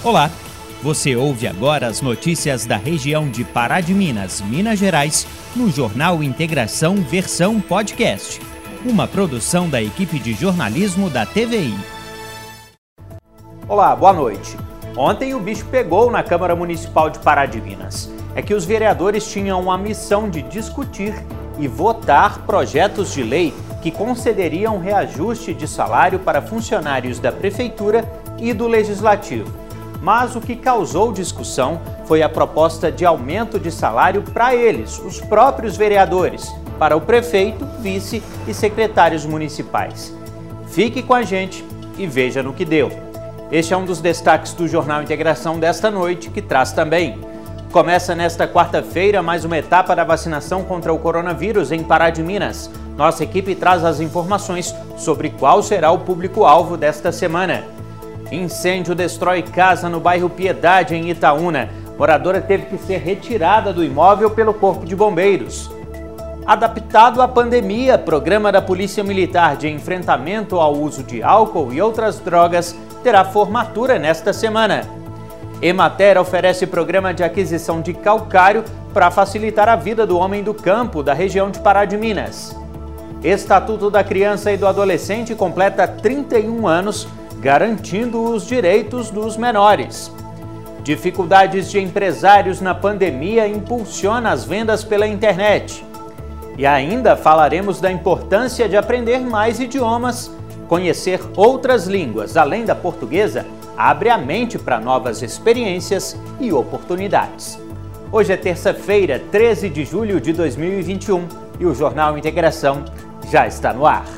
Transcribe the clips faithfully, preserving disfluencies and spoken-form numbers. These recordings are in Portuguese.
Olá, você ouve agora as notícias da região de Pará de Minas, Minas Gerais, no Jornal Integração versão podcast, uma produção da equipe de jornalismo da T V I. Olá, boa noite. Ontem o bicho pegou na Câmara Municipal de Pará de Minas. É que os vereadores tinham a missão de discutir e votar projetos de lei que concederiam reajuste de salário para funcionários da Prefeitura e do Legislativo. Mas o que causou discussão foi a proposta de aumento de salário para eles, os próprios vereadores, para o prefeito, vice e secretários municipais. Fique com a gente e veja no que deu. Este é um dos destaques do Jornal Integração desta noite, que traz também. Começa nesta quarta-feira mais uma etapa da vacinação contra o coronavírus em Pará de Minas. Nossa equipe traz as informações sobre qual será o público-alvo desta semana. Incêndio destrói casa no bairro Piedade, em Itaúna. Moradora teve que ser retirada do imóvel pelo Corpo de Bombeiros. Adaptado à pandemia, programa da Polícia Militar de enfrentamento ao uso de álcool e outras drogas terá formatura nesta semana. Emater oferece programa de aquisição de calcário para facilitar a vida do homem do campo da região de Pará de Minas. Estatuto da Criança e do Adolescente completa trinta e um anos, garantindo os direitos dos menores. Dificuldades de empresários na pandemia impulsiona as vendas pela internet. E ainda falaremos da importância de aprender mais idiomas. Conhecer outras línguas, além da portuguesa, abre a mente para novas experiências e oportunidades. Hoje é terça-feira, treze de julho de dois mil e vinte e um, e o Jornal Integração já está no ar.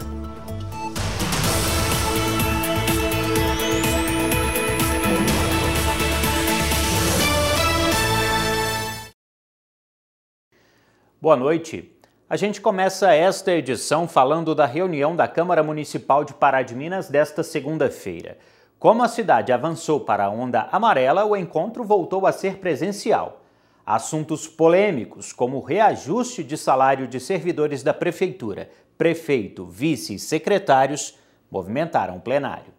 Boa noite. A gente começa esta edição falando da reunião da Câmara Municipal de Pará de Minas desta segunda-feira. Como a cidade avançou para a onda amarela, o encontro voltou a ser presencial. Assuntos polêmicos, como o reajuste de salário de servidores da Prefeitura, prefeito, vice e secretários, movimentaram o plenário.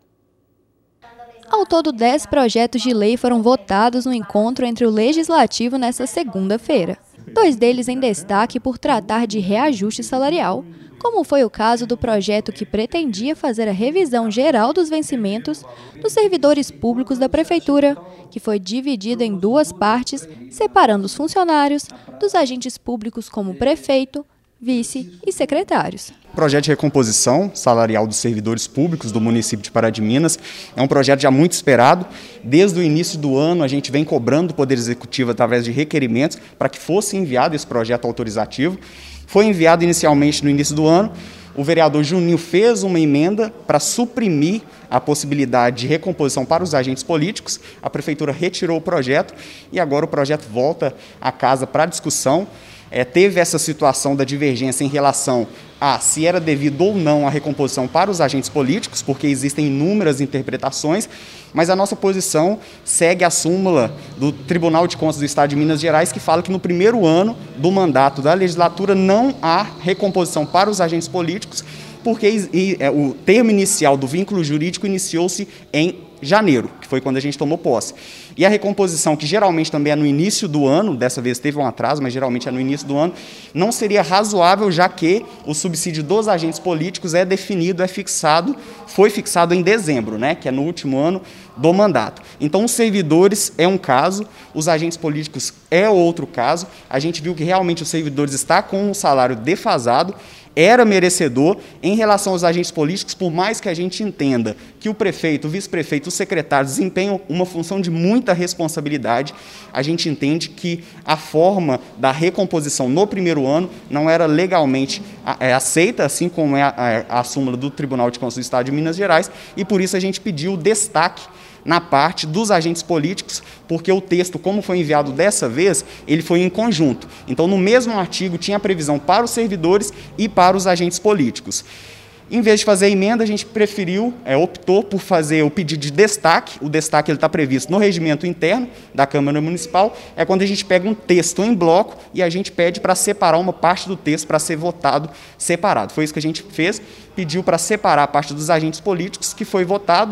Ao todo, dez projetos de lei foram votados no encontro entre o Legislativo nesta segunda-feira. Dois deles em destaque por tratar de reajuste salarial, como foi o caso do projeto que pretendia fazer a revisão geral dos vencimentos dos servidores públicos da Prefeitura, que foi dividido em duas partes, separando os funcionários dos agentes públicos como prefeito, vice e secretários. O projeto de recomposição salarial dos servidores públicos do município de Pará de Minas é um projeto já muito esperado. Desde o início do ano, a gente vem cobrando do Poder Executivo através de requerimentos para que fosse enviado esse projeto autorizativo. Foi enviado inicialmente no início do ano. O vereador Juninho fez uma emenda para suprimir a possibilidade de recomposição para os agentes políticos. A Prefeitura retirou o projeto e agora o projeto volta à casa para discussão. É, teve essa situação da divergência em relação a se era devido ou não a recomposição para os agentes políticos, porque existem inúmeras interpretações, mas a nossa posição segue a súmula do Tribunal de Contas do Estado de Minas Gerais, que fala que no primeiro ano do mandato da legislatura não há recomposição para os agentes políticos, porque e, é, o termo inicial do vínculo jurídico iniciou-se em janeiro, que foi quando a gente tomou posse. E a recomposição, que geralmente também é no início do ano, dessa vez teve um atraso, mas geralmente é no início do ano, não seria razoável, já que o subsídio dos agentes políticos é definido, é fixado, foi fixado em dezembro, né, que é no último ano do mandato. Então, os servidores é um caso, os agentes políticos é outro caso. A gente viu que realmente os servidores estão com um salário defasado, era merecedor. Em relação aos agentes políticos, por mais que a gente entenda que o prefeito, o vice-prefeito, os secretários desempenham uma função de muita responsabilidade, a gente entende que a forma da recomposição no primeiro ano não era legalmente aceita, assim como é a, a, a súmula do Tribunal de Contas do Estado de Minas Gerais, e por isso a gente pediu destaque na parte dos agentes políticos, porque o texto, como foi enviado dessa vez, ele foi em conjunto. Então, no mesmo artigo, tinha a previsão para os servidores e para os agentes políticos. Em vez de fazer a emenda, a gente preferiu, é, optou por fazer o pedido de destaque. O destaque está previsto no regimento interno da Câmara Municipal. É quando a gente pega um texto em bloco e a gente pede para separar uma parte do texto para ser votado separado. Foi isso que a gente fez, pediu para separar a parte dos agentes políticos, que foi votado.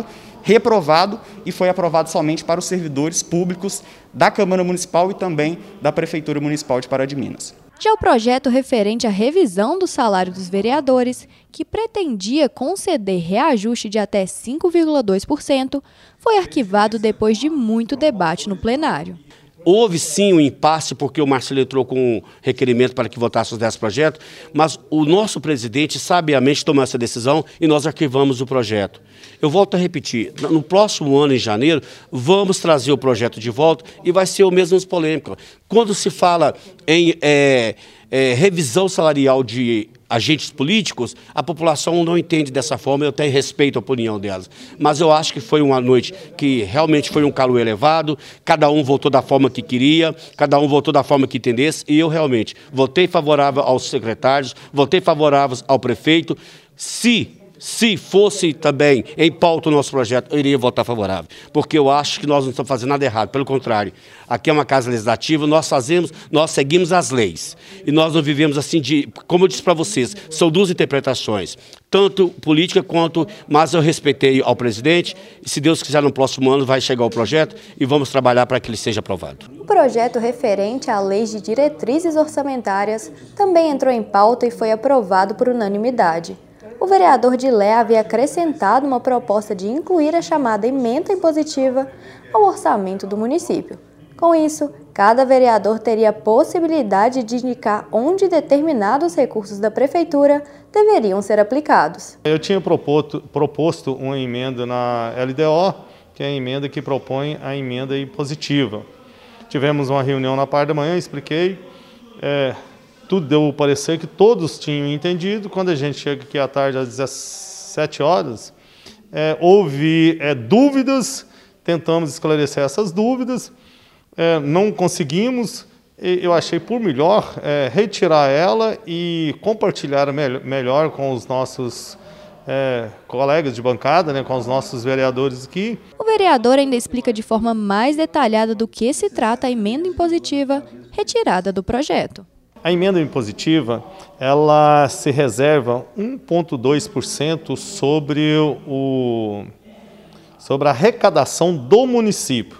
reprovado e foi aprovado somente para os servidores públicos da Câmara Municipal e também da Prefeitura Municipal de Pará de Minas. Já o projeto referente à revisão do salário dos vereadores, que pretendia conceder reajuste de até cinco vírgula dois por cento, foi arquivado depois de muito debate no plenário. Houve sim um impasse porque o Marcelo entrou com um requerimento para que votasse os dez projetos, mas o nosso presidente sabiamente tomou essa decisão e nós arquivamos o projeto. Eu volto a repetir, no próximo ano, em janeiro, vamos trazer o projeto de volta e vai ser o mesmo polêmico. Quando se fala em é, é, revisão salarial de agentes políticos, a população não entende dessa forma, eu até respeito a opinião delas. Mas eu acho que foi uma noite que realmente foi um calor elevado, cada um votou da forma que queria, cada um votou da forma que entendesse, e eu realmente votei favorável aos secretários, votei favorável ao prefeito. Se Se fosse também em pauta o nosso projeto, eu iria votar favorável, porque eu acho que nós não estamos fazendo nada errado, pelo contrário. Aqui é uma casa legislativa, nós fazemos, nós seguimos as leis. E nós não vivemos assim de, como eu disse para vocês, são duas interpretações, tanto política quanto, mas eu respeitei ao presidente, e se Deus quiser no próximo ano vai chegar o projeto e vamos trabalhar para que ele seja aprovado. O projeto referente à lei de diretrizes orçamentárias também entrou em pauta e foi aprovado por unanimidade. O vereador Dilé havia acrescentado uma proposta de incluir a chamada emenda impositiva ao orçamento do município. Com isso, cada vereador teria a possibilidade de indicar onde determinados recursos da prefeitura deveriam ser aplicados. Eu tinha proposto, proposto uma emenda na L D O, que é a emenda que propõe a emenda impositiva. Tivemos uma reunião na parte da manhã, expliquei. É, Tudo deu o parecer que todos tinham entendido. Quando a gente chega aqui à tarde às dezessete horas, é, houve é, dúvidas, tentamos esclarecer essas dúvidas, é, não conseguimos. Eu achei por melhor é, retirar ela e compartilhar me melhor com os nossos é, colegas de bancada, né, com os nossos vereadores aqui. O vereador ainda explica de forma mais detalhada do que se trata a emenda impositiva retirada do projeto. A emenda impositiva, ela se reserva um vírgula dois por cento sobre, o, sobre a arrecadação do município.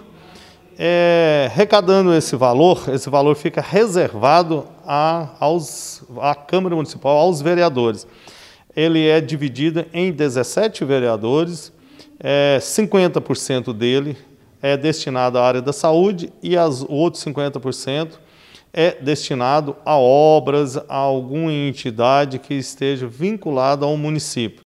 É, arrecadando esse valor, esse valor fica reservado a, aos, à Câmara Municipal, aos vereadores. Ele é dividido em dezessete vereadores, é, cinquenta por cento dele é destinado à área da saúde e os outros cinquenta por cento é destinado a obras, a alguma entidade que esteja vinculada ao município.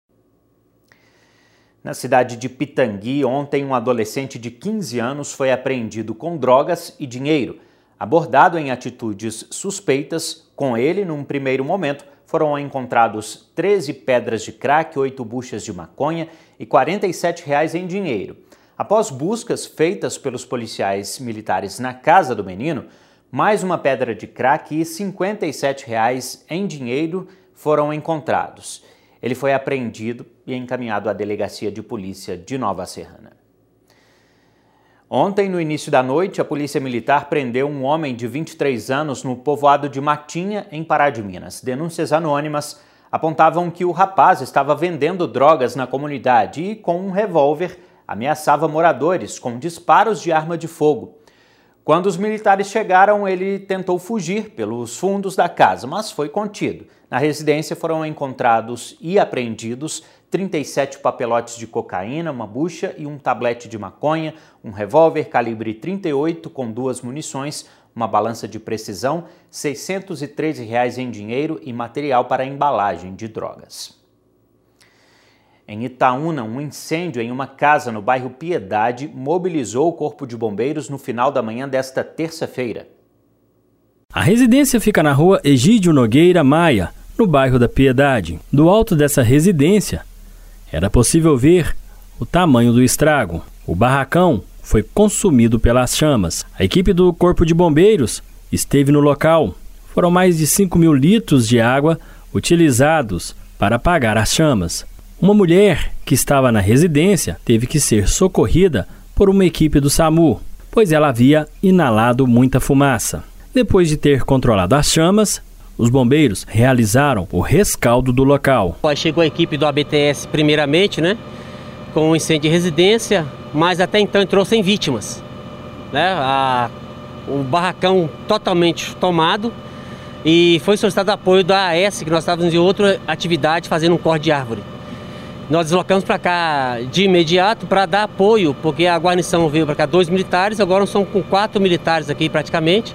Na cidade de Pitangui, ontem um adolescente de quinze anos foi apreendido com drogas e dinheiro. Abordado em atitudes suspeitas, com ele, num primeiro momento, foram encontrados treze pedras de crack, oito buchas de maconha e quarenta e sete reais em dinheiro. Após buscas feitas pelos policiais militares na casa do menino, mais uma pedra de crack e cinquenta e sete reais em dinheiro foram encontrados. Ele foi apreendido e encaminhado à delegacia de polícia de Nova Serrana. Ontem, no início da noite, a Polícia Militar prendeu um homem de vinte e três anos no povoado de Matinha, em Pará de Minas. Denúncias anônimas apontavam que o rapaz estava vendendo drogas na comunidade e, com um revólver, ameaçava moradores com disparos de arma de fogo. Quando os militares chegaram, ele tentou fugir pelos fundos da casa, mas foi contido. Na residência foram encontrados e apreendidos trinta e sete papelotes de cocaína, uma bucha e um tablete de maconha, um revólver calibre trinta e oito com duas munições, uma balança de precisão, seiscentos e treze reais em dinheiro e material para embalagem de drogas. Em Itaúna, um incêndio em uma casa no bairro Piedade mobilizou o Corpo de Bombeiros no final da manhã desta terça-feira. A residência fica na rua Egídio Nogueira Maia, no bairro da Piedade. Do alto dessa residência, era possível ver o tamanho do estrago. O barracão foi consumido pelas chamas. A equipe do Corpo de Bombeiros esteve no local. Foram mais de cinco mil litros de água utilizados para apagar as chamas. Uma mulher que estava na residência teve que ser socorrida por uma equipe do SAMU, pois ela havia inalado muita fumaça. Depois de ter controlado as chamas, os bombeiros realizaram o rescaldo do local. Chegou a equipe do A B T S primeiramente, né? com um incêndio de residência, mas até então entrou sem vítimas, né? A, o barracão totalmente tomado e foi solicitado apoio da A S, que nós estávamos em outra atividade fazendo um corte de árvore. Nós deslocamos para cá de imediato para dar apoio, porque a guarnição veio para cá dois militares, agora nós somos com quatro militares aqui praticamente.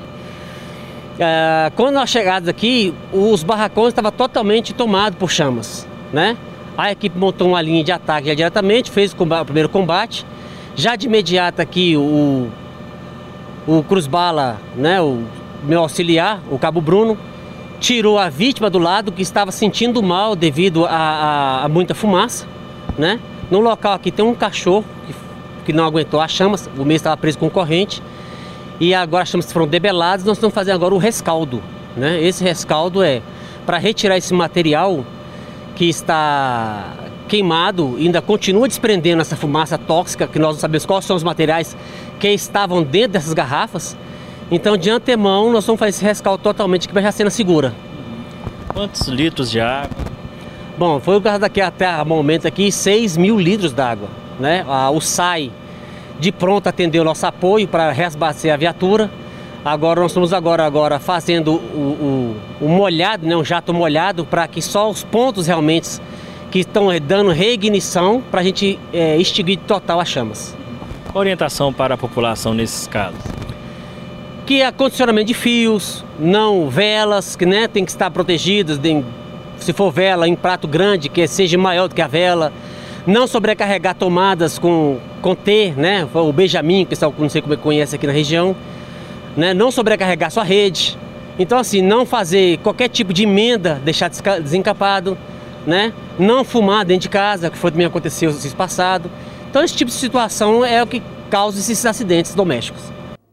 É, quando nós chegamos aqui, os barracões estavam totalmente tomados por chamas, né? A equipe montou uma linha de ataque já diretamente, fez o, combate, o primeiro combate. Já de imediato aqui o, o Cruz Bala, né, o meu auxiliar, o Cabo Bruno, tirou a vítima do lado que estava sentindo mal devido a, a, a muita fumaça, né? No local aqui tem um cachorro que, que não aguentou as chamas, o meio estava preso com corrente e agora as chamas foram debeladas. Nós estamos fazendo agora o rescaldo, né? Esse rescaldo é para retirar esse material que está queimado e ainda continua desprendendo essa fumaça tóxica, que nós não sabemos quais são os materiais que estavam dentro dessas garrafas. Então, de antemão, nós vamos fazer esse rescaldo totalmente, que vai já ser na segura. Quantos litros de água? Bom, foi o caso daqui até o momento aqui, seis mil litros d'água, né? O S A I de pronto atendeu o nosso apoio para reabastecer a viatura. Agora nós estamos agora, agora fazendo o, o, o molhado, né? Um jato molhado, para que só os pontos realmente que estão dando reignição para a gente é, extinguir total as chamas. Orientação para a população nesses casos? Que é condicionamento de fios, não velas, que né, tem que estar protegidas, de, se for vela em prato grande, que seja maior do que a vela. Não sobrecarregar tomadas com, com T, né, o Benjamin, que não sei como é que conhece aqui na região. Né, não sobrecarregar sua rede. Então assim, não fazer qualquer tipo de emenda, deixar desencapado, né, não fumar dentro de casa, que foi também aconteceu no ano passado. Então esse tipo de situação é o que causa esses acidentes domésticos.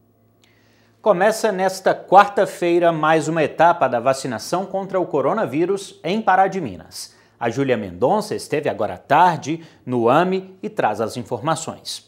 Começa nesta quarta-feira mais uma etapa da vacinação contra o coronavírus em Pará de Minas. A Júlia Mendonça esteve agora à tarde no A M E e traz as informações.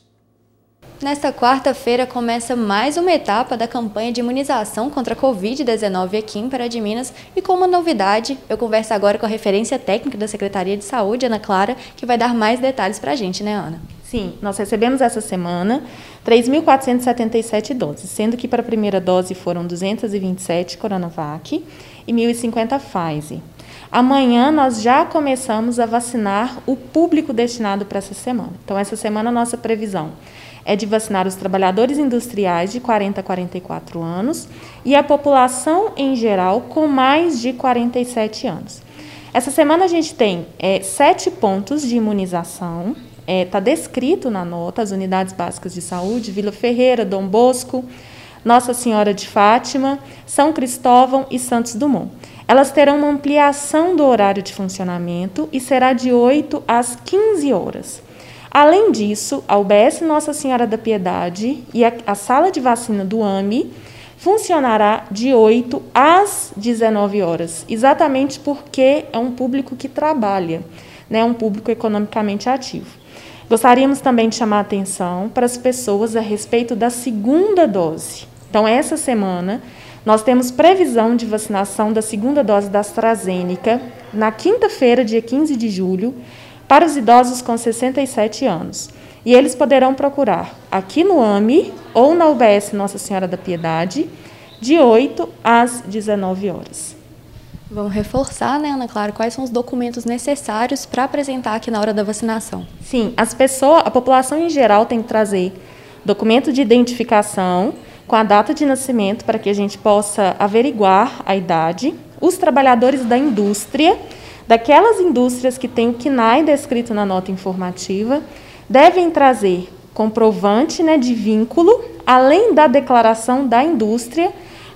Nesta quarta-feira começa mais uma etapa da campanha de imunização contra a covid dezenove aqui em Pará de Minas e com uma novidade, eu converso agora com a referência técnica da Secretaria de Saúde, Ana Clara, que vai dar mais detalhes para a gente, né, Ana? Sim, nós recebemos essa semana três mil quatrocentas e setenta e sete doses, sendo que para a primeira dose foram duzentas e vinte e sete Coronavac e mil e cinquenta Pfizer. Amanhã nós já começamos a vacinar o público destinado para essa semana. Então, essa semana a nossa previsão é de vacinar os trabalhadores industriais de quarenta a quarenta e quatro anos e a população em geral com mais de quarenta e sete anos. Essa semana a gente tem é, sete pontos de imunização. Está é, descrito na nota as unidades básicas de saúde, Vila Ferreira, Dom Bosco, Nossa Senhora de Fátima, São Cristóvão e Santos Dumont. Elas terão uma ampliação do horário de funcionamento e será de oito às quinze horas. Além disso, a U B S Nossa Senhora da Piedade e a, a sala de vacina do A M E funcionará de oito às dezenove horas, exatamente porque é um público que trabalha, né, é um público economicamente ativo. Gostaríamos também de chamar a atenção para as pessoas a respeito da segunda dose. Então, essa semana, nós temos previsão de vacinação da segunda dose da AstraZeneca na quinta-feira, dia quinze de julho, para os idosos com sessenta e sete anos. E eles poderão procurar aqui no A M E ou na U B S Nossa Senhora da Piedade, de oito às dezenove horas. Vamos reforçar, né, Ana Clara, quais são os documentos necessários para apresentar aqui na hora da vacinação? Sim, as pessoas, a população em geral tem que trazer documento de identificação com a data de nascimento para que a gente possa averiguar a idade. Os trabalhadores da indústria, daquelas indústrias que têm o C N A I descrito na nota informativa, devem trazer comprovante, né, de vínculo, além da declaração da indústria,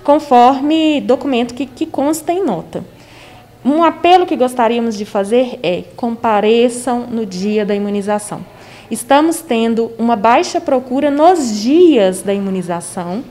conforme documento que, que consta em nota. Um apelo que gostaríamos de fazer é: compareçam no dia da imunização. Estamos tendo uma baixa procura nos dias da imunização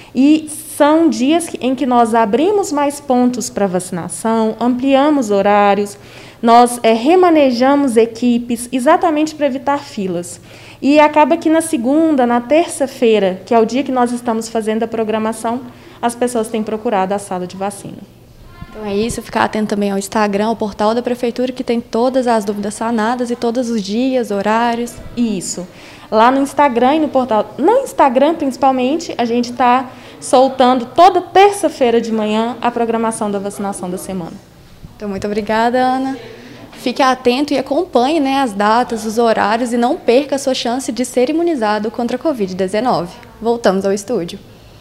e são dias em que nós abrimos mais pontos para vacinação, ampliamos horários, nós é, remanejamos equipes exatamente para evitar filas. E acaba que na segunda, na terça-feira, que é o dia que nós estamos fazendo a programação, as pessoas têm procurado a sala de vacina. Então é isso, ficar atento também ao Instagram, ao portal da Prefeitura, que tem todas as dúvidas sanadas e todos os dias, horários. Isso. Lá no Instagram e no portal. No Instagram, principalmente, a gente está soltando toda terça-feira de manhã a programação da vacinação da semana. Então, muito obrigada, Ana. Fique atento e acompanhe, né, as datas, os horários e não perca a sua chance de ser imunizado contra a covid dezenove. Voltamos ao estúdio.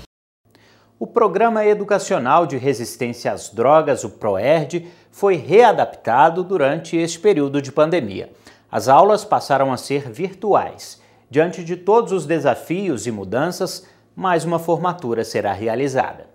O Programa Educacional de Resistência às Drogas, o PROERD, foi readaptado durante este período de pandemia. As aulas passaram a ser virtuais. Diante de todos os desafios e mudanças, mais uma formatura será realizada.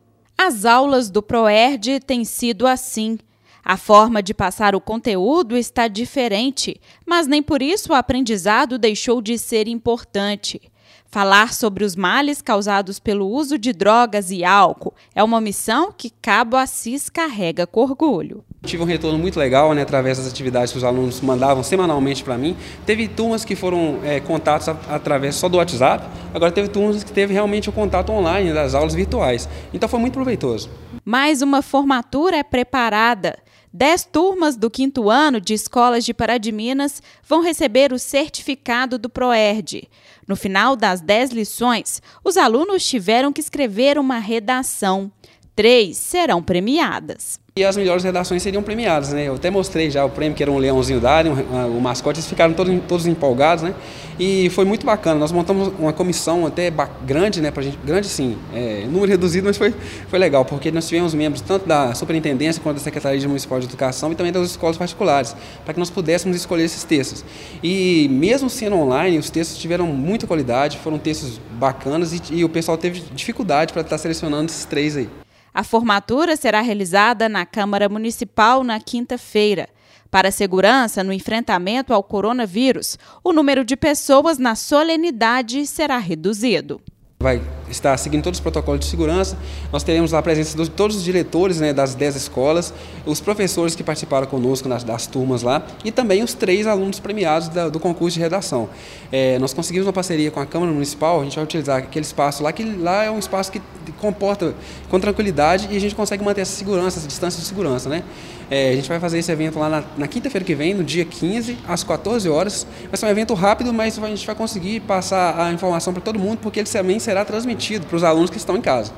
As aulas do PROERD têm sido assim. A forma de passar o conteúdo está diferente, mas nem por isso o aprendizado deixou de ser importante. Falar sobre os males causados pelo uso de drogas e álcool é uma missão que Cabo Assis carrega com orgulho. Tive um retorno muito legal, né, através das atividades que os alunos mandavam semanalmente para mim. Teve turmas que foram é, contatos a, através só do WhatsApp, agora teve turmas que teve realmente o contato online das aulas virtuais. Então foi muito proveitoso. Mais uma formatura é preparada. Dez turmas do quinto ano de escolas de Pará de Minas vão receber o certificado do PROERD. No final das dez lições, os alunos tiveram que escrever uma redação. Três serão premiadas. E as melhores redações seriam premiadas, né? Eu até mostrei já o prêmio, que era um leãozinho da área, um, o mascote, eles ficaram todos, todos empolgados, né? E foi muito bacana. Nós montamos uma comissão até grande, né? Pra gente, grande sim, é, número reduzido, mas foi, foi legal, porque nós tivemos membros tanto da Superintendência quanto da Secretaria Municipal de Educação e também das escolas particulares, para que nós pudéssemos escolher esses textos. E mesmo sendo online, os textos tiveram muita qualidade, foram textos bacanas e, e o pessoal teve dificuldade para estar selecionando esses três aí. A formatura será realizada na Câmara Municipal na quinta-feira. Para a segurança no enfrentamento ao coronavírus, o número de pessoas na solenidade será reduzido. Vai estar seguindo todos os protocolos de segurança. Nós teremos lá a presença de todos os diretores, né, das dez escolas, os professores que participaram conosco nas, das turmas lá e também os três alunos premiados da, do concurso de redação. É, nós conseguimos uma parceria com a Câmara Municipal, a gente vai utilizar aquele espaço lá, que lá é um espaço que comporta com tranquilidade e a gente consegue manter essa segurança, essa distância de segurança, né? É, a gente vai fazer esse evento lá na, na quinta-feira que vem, no dia quinze, às quatorze horas. Vai ser um evento rápido, mas a gente vai conseguir passar a informação para todo mundo, porque ele também será transmitido para os alunos que estão em casa.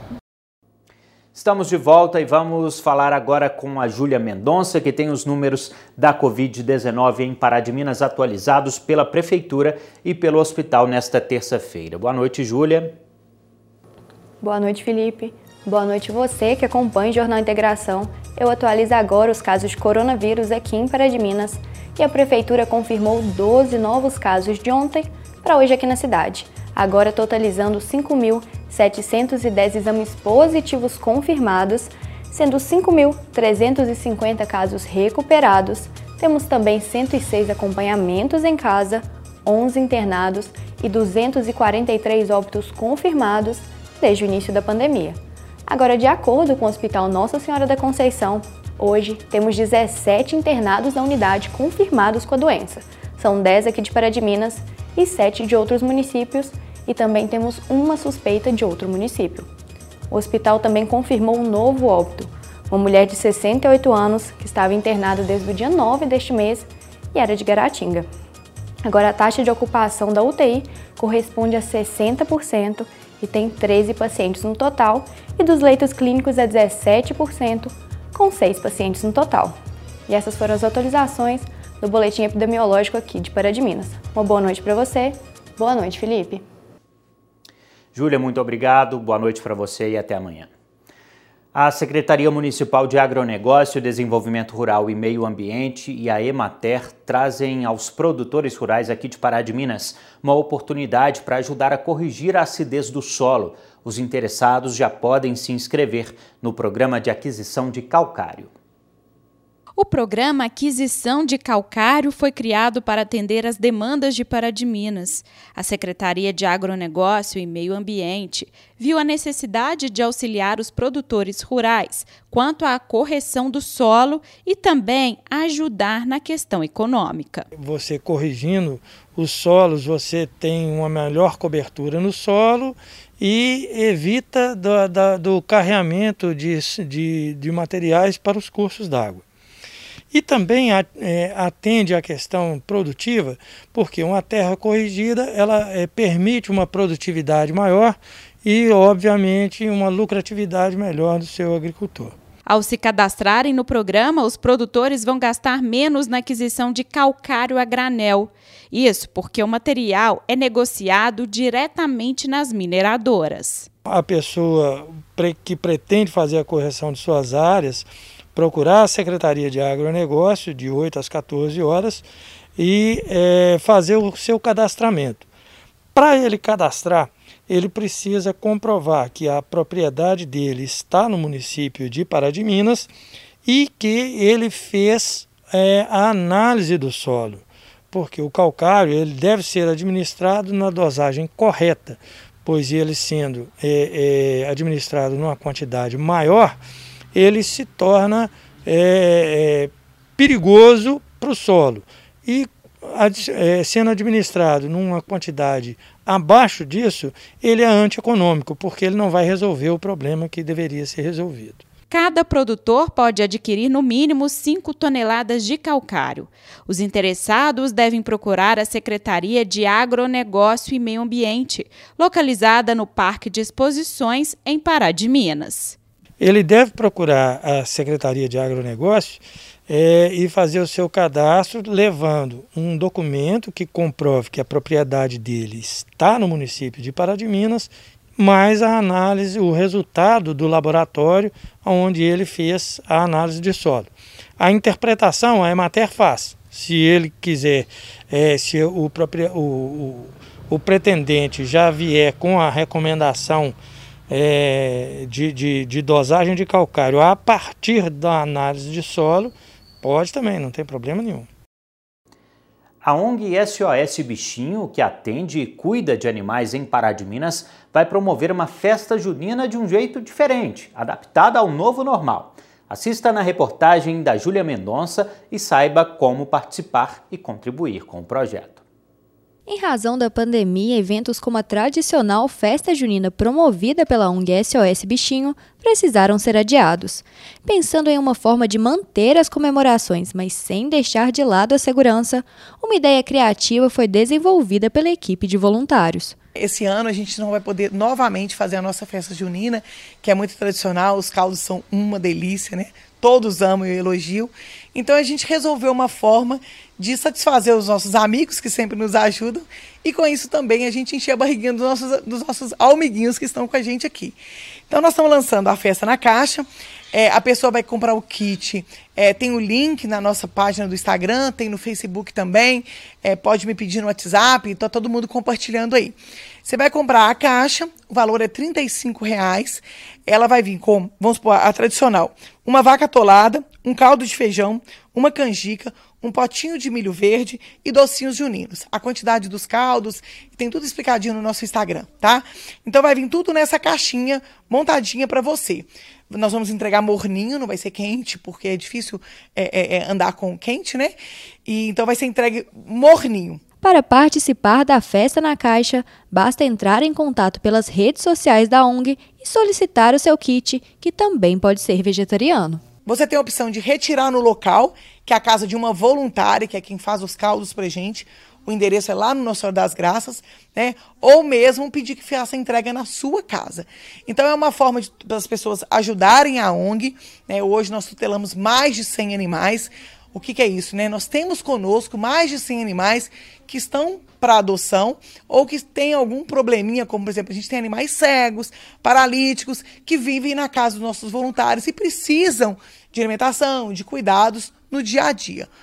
Estamos de volta e vamos falar agora com a Júlia Mendonça, que tem os números da covid dezenove em Pará de Minas atualizados pela Prefeitura e pelo hospital nesta terça-feira. Boa noite, Júlia. Boa noite, Felipe. Boa noite você que acompanha o Jornal Integração. Eu atualizo agora os casos de coronavírus aqui em Pará de Minas e a Prefeitura confirmou doze novos casos de ontem para hoje aqui na cidade, agora totalizando cinco mil setecentos e dez exames positivos confirmados, sendo cinco mil trezentos e cinquenta casos recuperados. Temos também cento e seis acompanhamentos em casa, onze internados e duzentos e quarenta e três óbitos confirmados desde o início da pandemia. Agora, de acordo com o Hospital Nossa Senhora da Conceição, hoje temos dezessete internados na unidade confirmados com a doença. São dez aqui de Pará de Minas e sete de outros municípios e também temos uma suspeita de outro município. O hospital também confirmou um novo óbito, uma mulher de sessenta e oito anos que estava internada desde o dia nove deste mês e era de Guaratinga. Agora, a taxa de ocupação da U T I corresponde a sessenta por cento e tem treze pacientes no total, e dos leitos clínicos é dezessete por cento, com seis pacientes no total. E essas foram as atualizações do boletim epidemiológico aqui de Pará de Minas. Uma boa noite para você. Boa noite, Felipe. Júlia, muito obrigado. Boa noite para você e até amanhã. A Secretaria Municipal de Agronegócio, Desenvolvimento Rural e Meio Ambiente e a Emater trazem aos produtores rurais aqui de Pará de Minas uma oportunidade para ajudar a corrigir a acidez do solo. Os interessados já podem se inscrever no programa de aquisição de calcário. O programa Aquisição de Calcário foi criado para atender às demandas de Pará de Minas. A Secretaria de Agronegócio e Meio Ambiente viu a necessidade de auxiliar os produtores rurais quanto à correção do solo e também ajudar na questão econômica. Você corrigindo os solos, você tem uma melhor cobertura no solo e evita do, da, do carreamento de, de, de materiais para os cursos d'água. E também é, atende à questão produtiva, porque uma terra corrigida ela é, permite uma produtividade maior e, obviamente, uma lucratividade melhor do seu agricultor. Ao se cadastrarem no programa, os produtores vão gastar menos na aquisição de calcário a granel. Isso porque o material é negociado diretamente nas mineradoras. A pessoa que pretende fazer a correção de suas áreas, procurar a Secretaria de Agronegócio de oito às quatorze horas e é, fazer o seu cadastramento. Para ele cadastrar, ele precisa comprovar que a propriedade dele está no município de Pará de Minas e que ele fez é, a análise do solo, porque o calcário ele deve ser administrado na dosagem correta, pois ele sendo é, é, administrado numa quantidade maior, ele se torna é, é, perigoso para o solo. E é, sendo administrado numa quantidade abaixo disso, ele é antieconômico, porque ele não vai resolver o problema que deveria ser resolvido. Cada produtor pode adquirir no mínimo cinco toneladas de calcário. Os interessados devem procurar a Secretaria de Agronegócio e Meio Ambiente, localizada no Parque de Exposições, em Pará de Minas. Ele deve procurar a Secretaria de Agronegócio é, e fazer o seu cadastro levando um documento que comprove que a propriedade dele está no município de Pará de Minas, mais a análise, o resultado do laboratório onde ele fez a análise de solo. A interpretação a Emater faz. Se ele quiser, é, se o, próprio, o, o, o pretendente já vier com a recomendação É, de, de, de dosagem de calcário a partir da análise de solo, pode também, não tem problema nenhum. A O N G S O S Bichinho, que atende e cuida de animais em Pará de Minas, vai promover uma festa junina de um jeito diferente, adaptada ao novo normal. Assista na reportagem da Júlia Mendonça e saiba como participar e contribuir com o projeto. Em razão da pandemia, eventos como a tradicional festa junina promovida pela O N G S O S Bichinho precisaram ser adiados. Pensando em uma forma de manter as comemorações, mas sem deixar de lado a segurança, uma ideia criativa foi desenvolvida pela equipe de voluntários. Esse ano a gente não vai poder novamente fazer a nossa festa junina, que é muito tradicional, os caldos são uma delícia, né? Todos amam e elogiam. Então a gente resolveu uma forma de satisfazer os nossos amigos que sempre nos ajudam e com isso também a gente encher a barriguinha dos nossos, dos nossos amiguinhos que estão com a gente aqui. Então nós estamos lançando a Festa na Caixa, é, a pessoa vai comprar o kit, é, tem o link na nossa página do Instagram, tem no Facebook também, é, pode me pedir no WhatsApp, está todo mundo compartilhando aí. Você vai comprar a caixa, o valor é trinta e cinco reais, ela vai vir com, vamos supor, a tradicional, uma vaca atolada, um caldo de feijão, uma canjica, um potinho de milho verde e docinhos juninos. A quantidade dos caldos, tem tudo explicadinho no nosso Instagram, tá? Então vai vir tudo nessa caixinha montadinha para você. Nós vamos entregar morninho, não vai ser quente, porque é difícil é, é, é andar com quente, né? E então vai ser entregue morninho. Para participar da Festa na Caixa, basta entrar em contato pelas redes sociais da O N G e solicitar o seu kit, que também pode ser vegetariano. Você tem a opção de retirar no local, que é a casa de uma voluntária, que é quem faz os caldos pra gente. O endereço é lá no Nossa Senhora das Graças, né? Ou mesmo pedir que faça a entrega na sua casa. Então é uma forma de as pessoas ajudarem a O N G, né? Hoje nós tutelamos mais de cem animais. O que, que é isso, né? Nós temos conosco mais de cem animais que estão para adoção ou que têm algum probleminha, como, por exemplo, a gente tem animais cegos, paralíticos, que vivem na casa dos nossos voluntários e precisam de alimentação, de cuidados no dia a dia.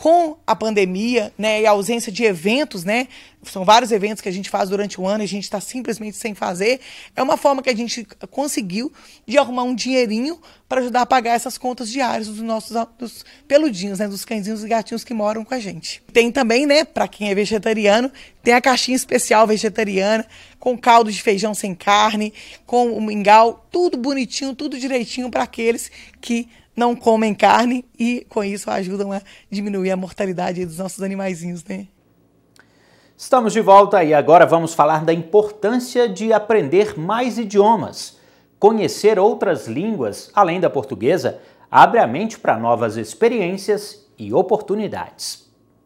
com a pandemia, né, e a ausência de eventos, né, são vários eventos que a gente faz durante o ano e a gente está simplesmente sem fazer, é uma forma que a gente conseguiu de arrumar um dinheirinho para ajudar a pagar essas contas diárias dos nossos dos peludinhos, né, dos cãezinhos e gatinhos que moram com a gente. Tem também, né, para quem é vegetariano, tem a caixinha especial vegetariana, com caldo de feijão sem carne, com o mingau, tudo bonitinho, tudo direitinho para aqueles que não comem carne e, com isso, ajudam a diminuir a mortalidade dos nossos animaizinhos, né? Estamos de volta e agora vamos falar da importância de aprender mais idiomas. Conhecer outras línguas, além da portuguesa, abre a mente para novas experiências e oportunidades.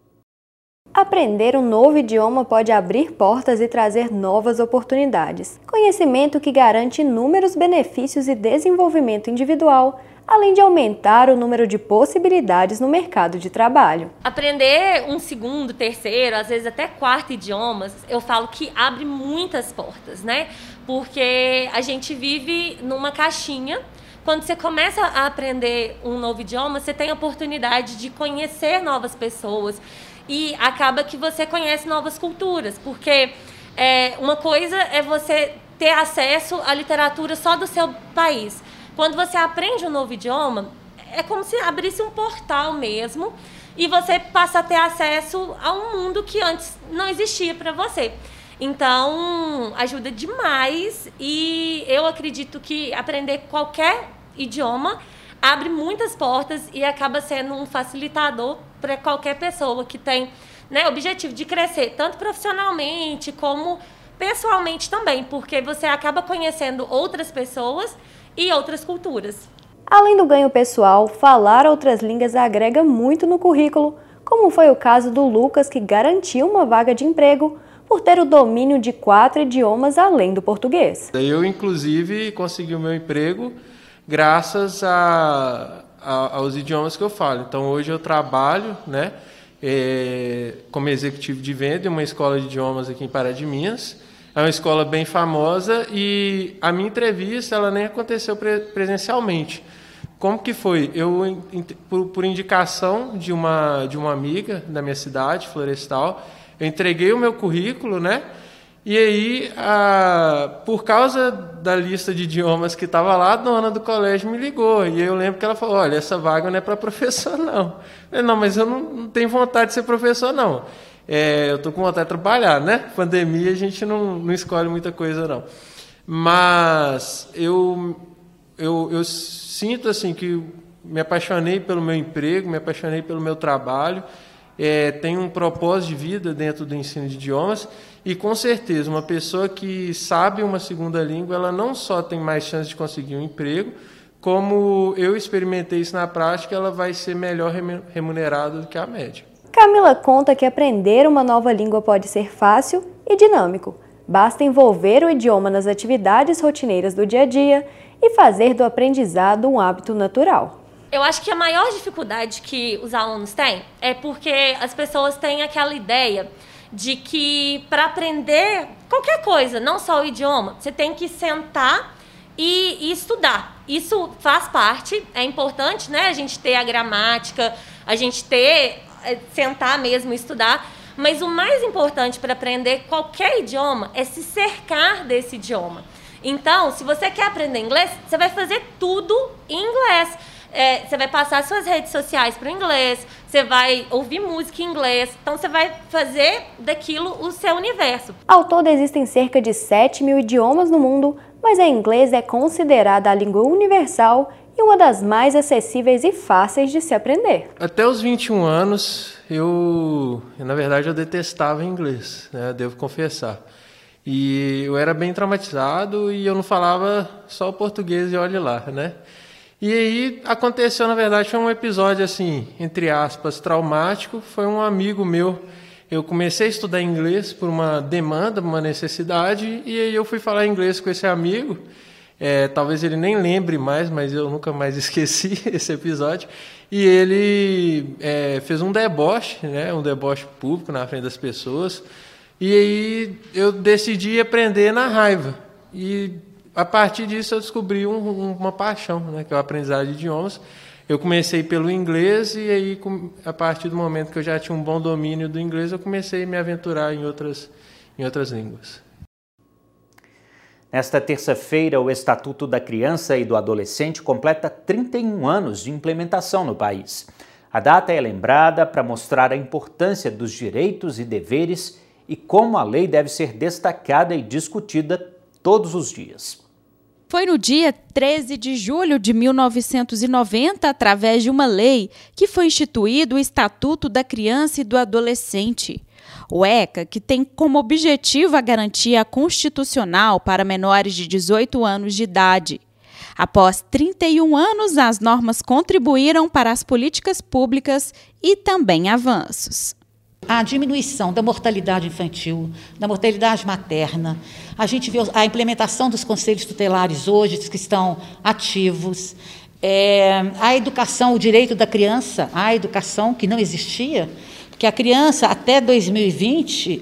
Aprender um novo idioma pode abrir portas e trazer novas oportunidades. Conhecimento que garante inúmeros benefícios e desenvolvimento individual, além de aumentar o número de possibilidades no mercado de trabalho. Aprender um segundo, terceiro, às vezes até quarto idiomas, eu falo que abre muitas portas, né? Porque a gente vive numa caixinha. Quando você começa a aprender um novo idioma, você tem a oportunidade de conhecer novas pessoas e acaba que você conhece novas culturas, porque é, uma coisa é você ter acesso à literatura só do seu país. Quando você aprende um novo idioma, é como se abrisse um portal mesmo e você passa a ter acesso a um mundo que antes não existia para você. Então, ajuda demais e eu acredito que aprender qualquer idioma abre muitas portas e acaba sendo um facilitador para qualquer pessoa que tem, né, objetivo de crescer, tanto profissionalmente como pessoalmente também, porque você acaba conhecendo outras pessoas e outras culturas. Além do ganho pessoal, falar outras línguas agrega muito no currículo, como foi o caso do Lucas, que garantiu uma vaga de emprego por ter o domínio de quatro idiomas além do português. Eu, inclusive, consegui o meu emprego graças a, a, aos idiomas que eu falo. Então, hoje eu trabalho, né, é, como executivo de venda em uma escola de idiomas aqui em Pará de Minas. É uma escola bem famosa e a minha entrevista ela nem aconteceu pre presencialmente. Como que foi? Eu, por, por indicação de uma, de uma amiga da minha cidade, Florestal, eu entreguei o meu currículo, né? E aí, a, por causa da lista de idiomas que estava lá, a dona do colégio me ligou. E eu lembro que ela falou, olha, essa vaga não é para professor, não. Eu falei, não, mas eu não, não tenho vontade de ser professor, não. É, eu estou com vontade de trabalhar, né? Pandemia, a gente não, não escolhe muita coisa, não. Mas eu, eu, eu sinto assim que me apaixonei pelo meu emprego, me apaixonei pelo meu trabalho, é, tenho um propósito de vida dentro do ensino de idiomas e, com certeza, uma pessoa que sabe uma segunda língua, ela não só tem mais chance de conseguir um emprego, como eu experimentei isso na prática, ela vai ser melhor remunerada do que a média. Camila conta que aprender uma nova língua pode ser fácil e dinâmico. Basta envolver o idioma nas atividades rotineiras do dia a dia e fazer do aprendizado um hábito natural. Eu acho que a maior dificuldade que os alunos têm é porque as pessoas têm aquela ideia de que para aprender qualquer coisa, não só o idioma, você tem que sentar e, e estudar. Isso faz parte, é importante, né? A gente ter a gramática, a gente ter... sentar mesmo e estudar, mas o mais importante para aprender qualquer idioma é se cercar desse idioma. Então, se você quer aprender inglês, você vai fazer tudo em inglês. É, você vai passar suas redes sociais para o inglês, você vai ouvir música em inglês, então você vai fazer daquilo o seu universo. Ao todo existem cerca de sete mil idiomas no mundo, mas o inglês é considerada a língua universal e uma das mais acessíveis e fáceis de se aprender. Até os vinte e um anos, eu, na verdade, eu detestava inglês, né? Devo confessar. E eu era bem traumatizado e eu não falava só o português e olhe lá, né? E aí aconteceu, na verdade, foi um episódio assim, entre aspas, traumático. Foi um amigo meu, eu comecei a estudar inglês por uma demanda, uma necessidade, e aí eu fui falar inglês com esse amigo. É, talvez ele nem lembre mais, mas eu nunca mais esqueci esse episódio. E ele é, fez um deboche, né, um deboche público na frente das pessoas. E aí eu decidi aprender na raiva. E a partir disso eu descobri um, uma paixão, né, que é o aprendizado de idiomas. Eu comecei pelo inglês e aí, a partir do momento que eu já tinha um bom domínio do inglês, eu comecei a me aventurar em outras, em outras línguas. Nesta terça-feira, o Estatuto da Criança e do Adolescente completa trinta e um anos de implementação no país. A data é lembrada para mostrar a importância dos direitos e deveres e como a lei deve ser destacada e discutida todos os dias. Foi no dia treze de julho de mil novecentos e noventa, através de uma lei, que foi instituído o Estatuto da Criança e do Adolescente. O ECA, que tem como objetivo a garantia constitucional para menores de dezoito anos de idade. Após trinta e um anos, as normas contribuíram para as políticas públicas e também avanços. A diminuição da mortalidade infantil, da mortalidade materna, a gente vê a implementação dos conselhos tutelares hoje, que estão ativos, é, a educação, o direito da criança, a educação que não existia, porque a criança até dois mil e vinte,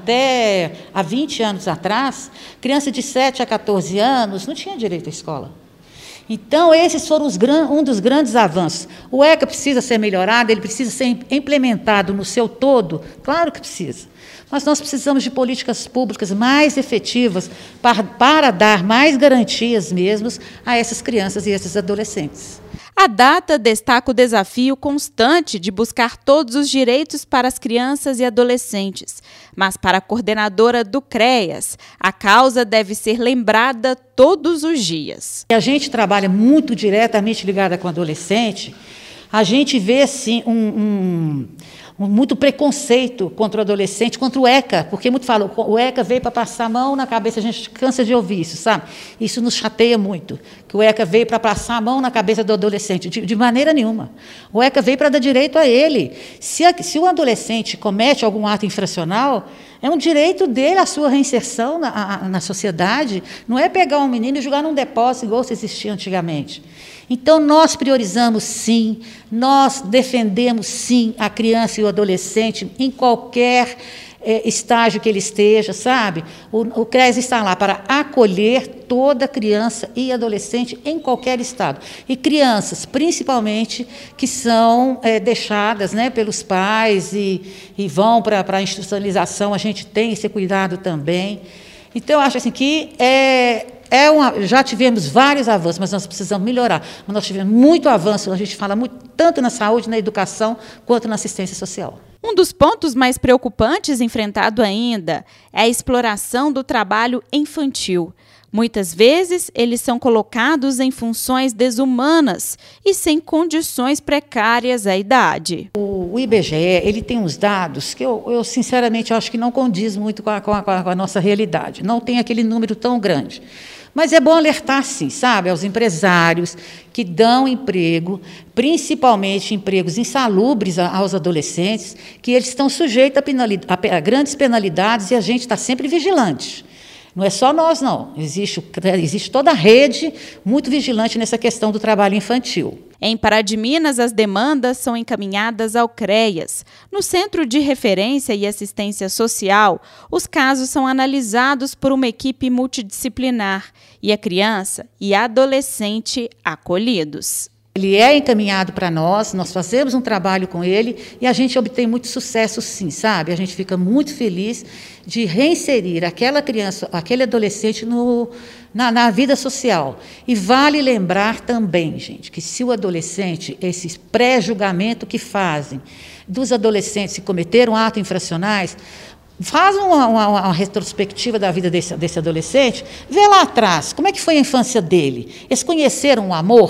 até há vinte anos atrás, criança de sete a quatorze anos não tinha direito à escola. Então, esses foram os, um dos grandes avanços. O ECA precisa ser melhorado, ele precisa ser implementado no seu todo? Claro que precisa. Mas nós precisamos de políticas públicas mais efetivas para, para dar mais garantias mesmo a essas crianças e esses adolescentes. A data destaca o desafio constante de buscar todos os direitos para as crianças e adolescentes. Mas para a coordenadora do CREAS, a causa deve ser lembrada todos os dias. A gente trabalha muito diretamente ligada com o adolescente, a gente vê assim, um, um, um muito preconceito contra o adolescente, contra o ECA, porque muito falam, o ECA veio para passar a mão na cabeça, a gente cansa de ouvir isso, sabe? Isso nos chateia muito, que o ECA veio para passar a mão na cabeça do adolescente, de, de maneira nenhuma. O ECA veio para dar direito a ele. Se, a, se o adolescente comete algum ato infracional, é um direito dele a sua reinserção na, a, na sociedade, não é pegar um menino e jogar num depósito igual se existia antigamente. Então, nós priorizamos, sim, nós defendemos, sim, a criança e o adolescente em qualquer é, estágio que ele esteja, sabe? O, o CREAS está lá para acolher toda criança e adolescente em qualquer estado. E crianças, principalmente, que são é, deixadas, né, pelos pais e, e vão para a institucionalização, a gente tem esse cuidado também. Então, eu acho assim, que é... É uma, já tivemos vários avanços, mas nós precisamos melhorar. Mas nós tivemos muito avanço, a gente fala muito, tanto na saúde, na educação, quanto na assistência social. Um dos pontos mais preocupantes enfrentado ainda é a exploração do trabalho infantil. Muitas vezes, eles são colocados em funções desumanas e sem condições precárias à idade. O, o I B G E ele tem uns dados que eu, eu sinceramente, acho que não condiz muito com a, com, a, com a nossa realidade. Não tem aquele número tão grande. Mas é bom alertar, sim, sabe, aos empresários que dão emprego, principalmente empregos insalubres aos adolescentes, que eles estão sujeitos a, penalidade, a grandes penalidades e a gente está sempre vigilante. Não é só nós, não. Existe, existe toda a rede muito vigilante nessa questão do trabalho infantil. Em Pará de Minas, as demandas são encaminhadas ao CREAS. No Centro de Referência e Assistência Social, os casos são analisados por uma equipe multidisciplinar e a criança e a adolescente acolhidos. Ele é encaminhado para nós, nós fazemos um trabalho com ele e a gente obtém muito sucesso, sim, sabe? A gente fica muito feliz de reinserir aquela criança, aquele adolescente no, na, na vida social. E vale lembrar também, gente, que se o adolescente, esse pré-julgamento que fazem dos adolescentes que cometeram atos infracionais, faz uma, uma, uma retrospectiva da vida desse, desse adolescente, vê lá atrás, como é que foi a infância dele? Eles conheceram o amor?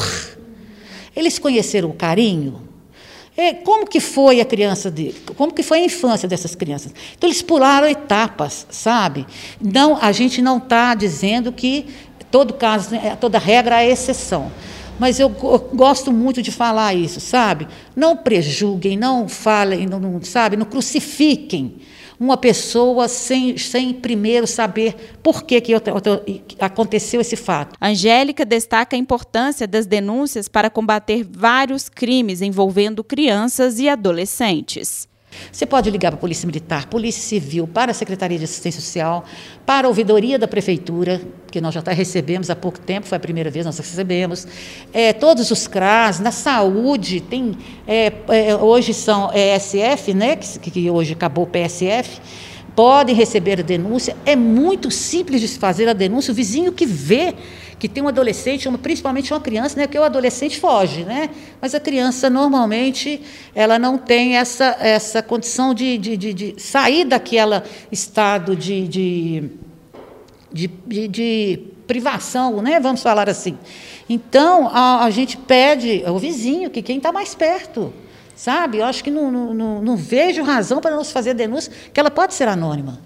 Eles conheceram o carinho? Como que foi a criança dele? Como que foi a infância dessas crianças? Então, eles pularam etapas, sabe? Não, a gente não está dizendo que todo caso, toda regra é exceção. Mas eu gosto muito de falar isso, sabe? Não prejulguem, não falem, não, não, sabe? Não crucifiquem uma pessoa sem, sem primeiro saber por que, que aconteceu esse fato. Angélica destaca a importância das denúncias para combater vários crimes envolvendo crianças e adolescentes. Você pode ligar para a Polícia Militar, Polícia Civil, para a Secretaria de Assistência Social, para a Ouvidoria da Prefeitura, que nós já até recebemos há pouco tempo, foi a primeira vez que nós recebemos, é, todos os C R A S, na saúde, tem, é, é, hoje são E S F, né, que, que hoje acabou o P S F, podem receber a denúncia. É muito simples de se fazer a denúncia. O vizinho que vê que tem um adolescente, uma, principalmente uma criança, né, porque o adolescente foge, né, mas a criança normalmente ela não tem essa, essa condição de, de, de, de sair daquele estado de, de, de, de, de privação, né, vamos falar assim. Então a, a gente pede ao vizinho, que quem está mais perto, sabe? Eu acho que não, não, não vejo razão para não se fazer denúncia, que ela pode ser anônima.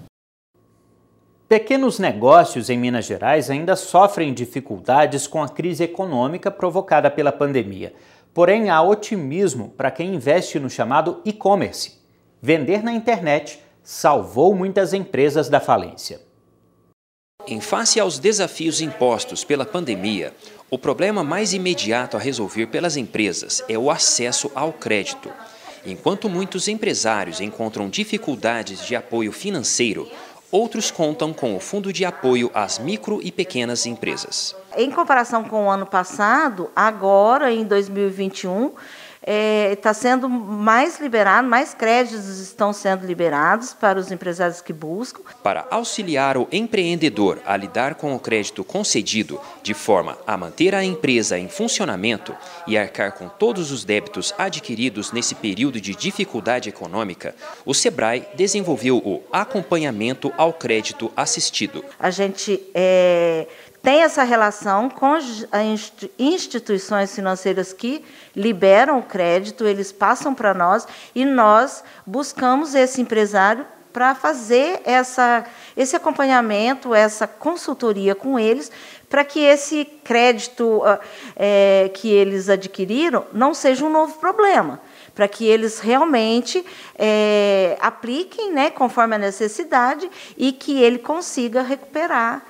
Pequenos negócios em Minas Gerais ainda sofrem dificuldades com a crise econômica provocada pela pandemia. Porém, há otimismo para quem investe no chamado e-commerce. Vender na internet salvou muitas empresas da falência. Em face aos desafios impostos pela pandemia, o problema mais imediato a resolver pelas empresas é o acesso ao crédito. Enquanto muitos empresários encontram dificuldades de apoio financeiro, outros contam com o Fundo de Apoio às Micro e Pequenas Empresas. Em comparação com o ano passado, agora em dois mil e vinte e um, está é, sendo mais liberado, mais créditos estão sendo liberados para os empresários que buscam. Para auxiliar o empreendedor a lidar com o crédito concedido, de forma a manter a empresa em funcionamento e arcar com todos os débitos adquiridos nesse período de dificuldade econômica, o Sebrae desenvolveu o acompanhamento ao crédito assistido. A gente é... tem essa relação com as instituições financeiras que liberam o crédito, eles passam para nós e nós buscamos esse empresário para fazer essa, esse acompanhamento, essa consultoria com eles, para que esse crédito é, que eles adquiriram não seja um novo problema, para que eles realmente é, apliquem, né, conforme a necessidade e que ele consiga recuperar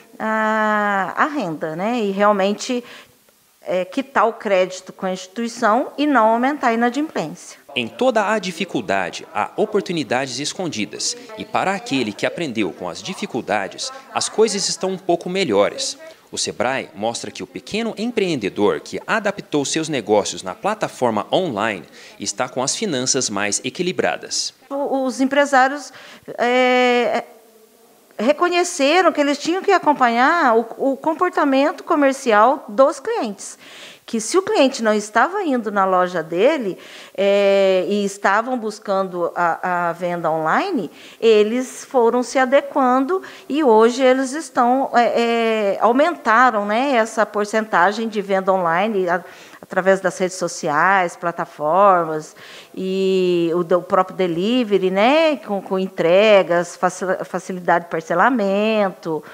A, a renda, né? E realmente é, quitar o crédito com a instituição e não aumentar a inadimplência. Em toda a dificuldade, há oportunidades escondidas e para aquele que aprendeu com as dificuldades, as coisas estão um pouco melhores. O Sebrae mostra que o pequeno empreendedor que adaptou seus negócios na plataforma online está com as finanças mais equilibradas. Os empresários é, reconheceram que eles tinham que acompanhar o, o comportamento comercial dos clientes. Que se o cliente não estava indo na loja dele é, e estavam buscando a, a venda online, eles foram se adequando e hoje eles estão é, é, aumentaram, né, essa porcentagem de venda online a, através das redes sociais, plataformas e o, o próprio delivery, né, com, com entregas, facilidade de parcelamento,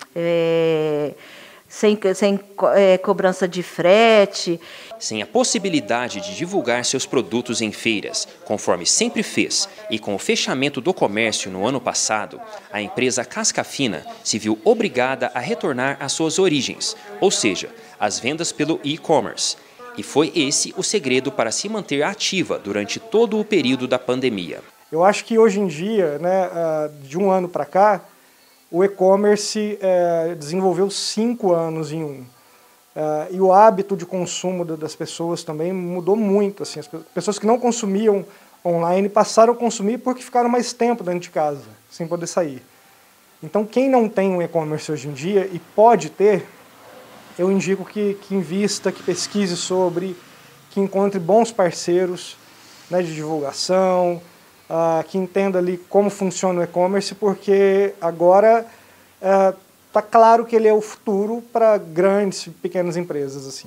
é, sem, sem é, cobrança de frete. Sem a possibilidade de divulgar seus produtos em feiras, conforme sempre fez, e com o fechamento do comércio no ano passado, a empresa Casca Fina se viu obrigada a retornar às suas origens, ou seja, as vendas pelo e-commerce. E foi esse o segredo para se manter ativa durante todo o período da pandemia. Eu acho que hoje em dia, né, de um ano para cá, o e-commerce é, desenvolveu cinco anos em um. É, e o hábito de consumo das pessoas também mudou muito. Assim, as pessoas que não consumiam online passaram a consumir porque ficaram mais tempo dentro de casa, sem poder sair. Então, quem não tem um e-commerce hoje em dia e pode ter, eu indico que, que invista, que pesquise sobre, que encontre bons parceiros, né, de divulgação, uh, que entenda ali como funciona o e-commerce, porque agora está uh, claro que ele é o futuro para grandes e pequenas empresas. Assim.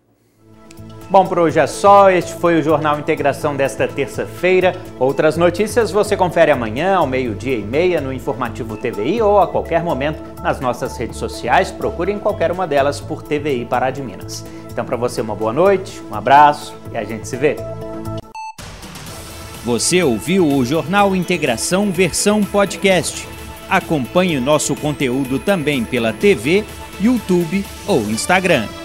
Bom, por hoje é só. Este foi o Jornal Integração desta terça-feira. Outras notícias você confere amanhã, ao meio-dia e meia, no Informativo T V I ou a qualquer momento nas nossas redes sociais. Procure em qualquer uma delas por T V I Pará de Minas. Então, para você, uma boa noite, um abraço e a gente se vê. Você ouviu o Jornal Integração versão podcast. Acompanhe o nosso conteúdo também pela T V, YouTube ou Instagram.